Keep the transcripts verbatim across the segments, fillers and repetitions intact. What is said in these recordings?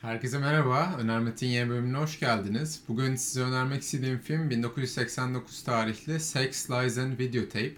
Herkese merhaba. Önermet'in yeni bölümüne hoş geldiniz. Bugün size önermek istediğim film bin dokuz yüz seksen dokuz tarihli Sex, Lies and Videotape.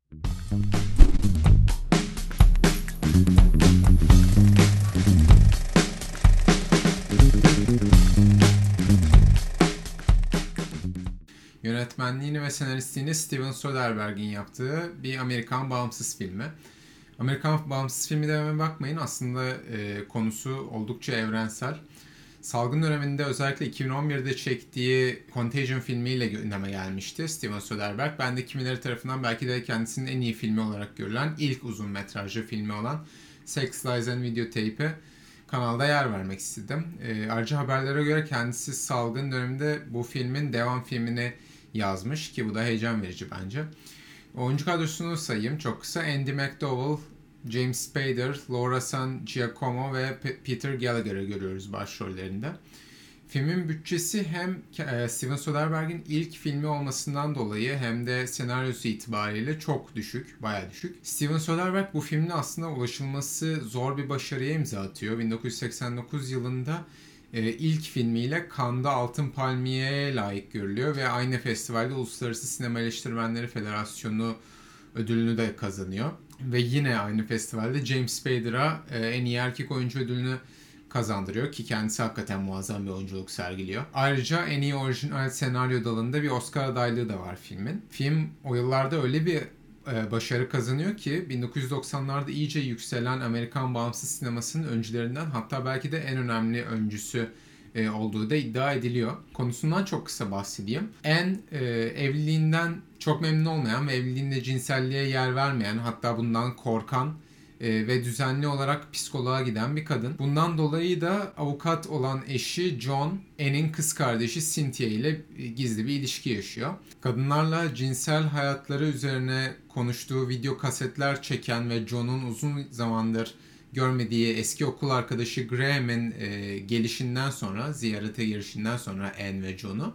Yönetmenliğini ve senaristliğini Steven Soderbergh'in yaptığı bir Amerikan bağımsız filmi. Amerikan bağımsız filmi dememe bakmayın, aslında e, konusu oldukça evrensel. Salgın döneminde özellikle iki bin on birde çektiği Contagion filmiyle gündeme gelmişti Steven Soderbergh. Ben de kimileri tarafından belki de kendisinin en iyi filmi olarak görülen ilk uzun metrajlı filmi olan Sex, Lies and Videotape'e kanalda yer vermek istedim. E, ayrıca haberlere göre kendisi salgın döneminde bu filmin devam filmini yazmış ki bu da heyecan verici bence. Oyuncu kadrosunu sayayım çok kısa. Andy McDowell, James Spader, Laura San Giacomo ve P- Peter Gallagher'ı görüyoruz başrollerinde. Filmin bütçesi hem e, Steven Soderbergh'in ilk filmi olmasından dolayı hem de senaryosu itibariyle çok düşük, bayağı düşük. Steven Soderbergh bu filmle aslında ulaşılması zor bir başarıya imza atıyor. bin dokuz yüz seksen dokuz yılında e, ilk filmiyle Cannes'da Altın Palmiye'ye layık görülüyor ve aynı festivalde Uluslararası Sinema Eleştirmenleri Federasyonu ödülünü de kazanıyor. Ve yine aynı festivalde James Spader'a e, en iyi erkek oyuncu ödülünü kazandırıyor ki kendisi hakikaten muazzam bir oyunculuk sergiliyor. Ayrıca en iyi orijinal senaryo dalında bir Oscar adaylığı da var filmin. Film o yıllarda öyle bir e, başarı kazanıyor ki bin dokuz yüz doksanlarda iyice yükselen Amerikan bağımsız sinemasının öncülerinden, hatta belki de en önemli öncüsü e, olduğu da iddia ediliyor. Konusundan çok kısa bahsedeyim. En e, evliliğinden çok memnun olmayan ve evliliğinde cinselliğe yer vermeyen, hatta bundan korkan e, ve düzenli olarak psikoloğa giden bir kadın. Bundan dolayı da avukat olan eşi John, Anne'in kız kardeşi Cynthia ile gizli bir ilişki yaşıyor. Kadınlarla cinsel hayatları üzerine konuştuğu video kasetler çeken ve John'un uzun zamandır görmediği eski okul arkadaşı Graham'in e, gelişinden sonra, ziyarete girişinden sonra Anne ve John'u,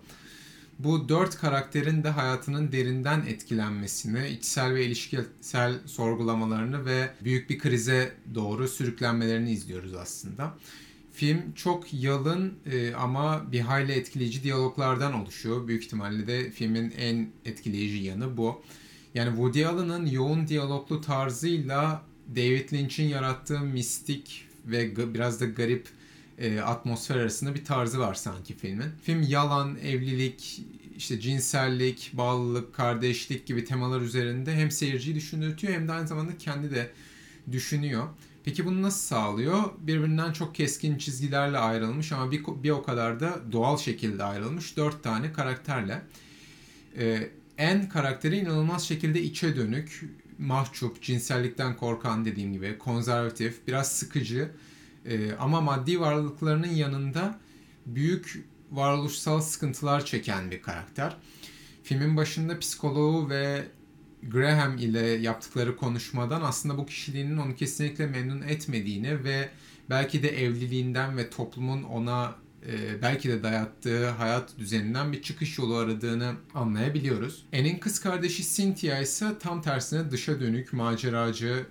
bu dört karakterin de hayatının derinden etkilenmesini, içsel ve ilişkisel sorgulamalarını ve büyük bir krize doğru sürüklenmelerini izliyoruz aslında. Film çok yalın e, ama bir hayli etkileyici diyaloglardan oluşuyor. Büyük ihtimalle de filmin en etkileyici yanı bu. Yani Woody Allen'ın yoğun diyaloglu tarzıyla David Lynch'in yarattığı mistik ve biraz da garip e, atmosfer arasında bir tarzı var sanki filmin. Film yalan, evlilik, işte cinsellik, bağlılık, kardeşlik gibi temalar üzerinde hem seyirciyi düşündürtüyor hem de aynı zamanda kendi de düşünüyor. Peki bunu nasıl sağlıyor? Birbirinden çok keskin çizgilerle ayrılmış ama bir, bir o kadar da doğal şekilde ayrılmış dört tane karakterle. Ee, En karakteri inanılmaz şekilde içe dönük, mahcup, cinsellikten korkan, dediğim gibi konservatif, biraz sıkıcı ee, ama maddi varlıklarının yanında büyük varoluşsal sıkıntılar çeken bir karakter. Filmin başında psikoloğu ve Graham ile yaptıkları konuşmadan aslında bu kişiliğinin onu kesinlikle memnun etmediğini ve belki de evliliğinden ve toplumun ona e, belki de dayattığı hayat düzeninden bir çıkış yolu aradığını anlayabiliyoruz. Anne'in kız kardeşi Cynthia ise tam tersine dışa dönük, maceracı,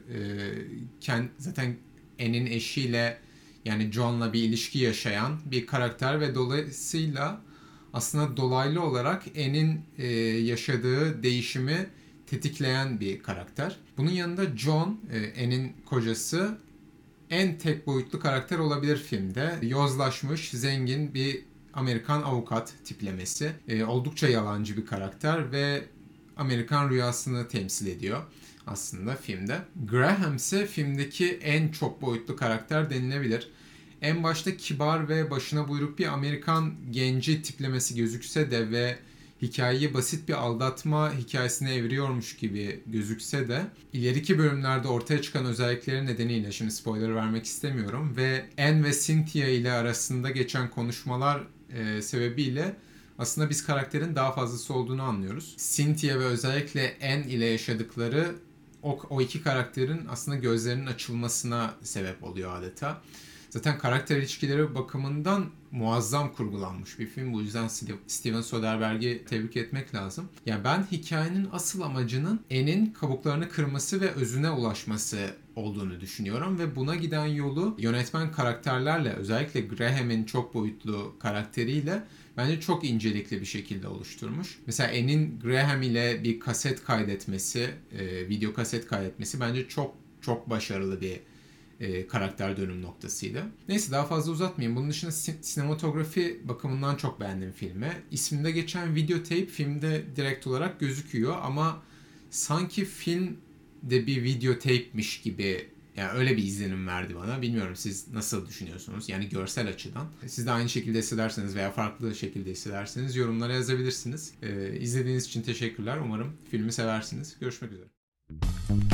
e, zaten Anne'in eşiyle, yani John'la bir ilişki yaşayan bir karakter ve dolayısıyla aslında dolaylı olarak Anne'in e, yaşadığı değişimi tetikleyen bir karakter. Bunun yanında John, e, Anne'in kocası, en tek boyutlu karakter olabilir filmde. Yozlaşmış, zengin bir Amerikan avukat tiplemesi. E, oldukça yalancı bir karakter ve Amerikan rüyasını temsil ediyor aslında filmde. Graham ise filmdeki en çok boyutlu karakter denilebilir. En başta kibar ve başına buyruk bir Amerikan genci tiplemesi gözükse de ve hikayeyi basit bir aldatma hikayesine eviriyormuş gibi gözükse de ileriki bölümlerde ortaya çıkan özellikleri nedeniyle, şimdi spoiler vermek istemiyorum, ve Anne ve Cynthia ile arasında geçen konuşmalar e, sebebiyle aslında biz karakterin daha fazlası olduğunu anlıyoruz. Cynthia ve özellikle Anne ile yaşadıkları o, o iki karakterin aslında gözlerinin açılmasına sebep oluyor adeta. Zaten karakter ilişkileri bakımından muazzam kurgulanmış bir film. Bu yüzden Steven Soderbergh'i tebrik etmek lazım. Yani ben hikayenin asıl amacının Anne'in kabuklarını kırması ve özüne ulaşması olduğunu düşünüyorum ve buna giden yolu yönetmen karakterlerle, özellikle Graham'in çok boyutlu karakteriyle bence çok incelikli bir şekilde oluşturmuş. Mesela Anne'in Graham ile bir kaset kaydetmesi, e, video kaset kaydetmesi bence çok çok başarılı bir e, karakter dönüm noktasıydı. Neyse daha fazla uzatmayayım. Bunun dışında sinematografi bakımından çok beğendim filmi. İsminde geçen videotape filmde direkt olarak gözüküyor ama sanki film de bir videotape'miş gibi, yani öyle bir izlenim verdi bana. Bilmiyorum siz nasıl düşünüyorsunuz? Yani görsel açıdan. Siz de aynı şekilde hissederseniz veya farklı şekilde hissederseniz yorumlara yazabilirsiniz. Ee, izlediğiniz için teşekkürler. Umarım filmi seversiniz. Görüşmek üzere.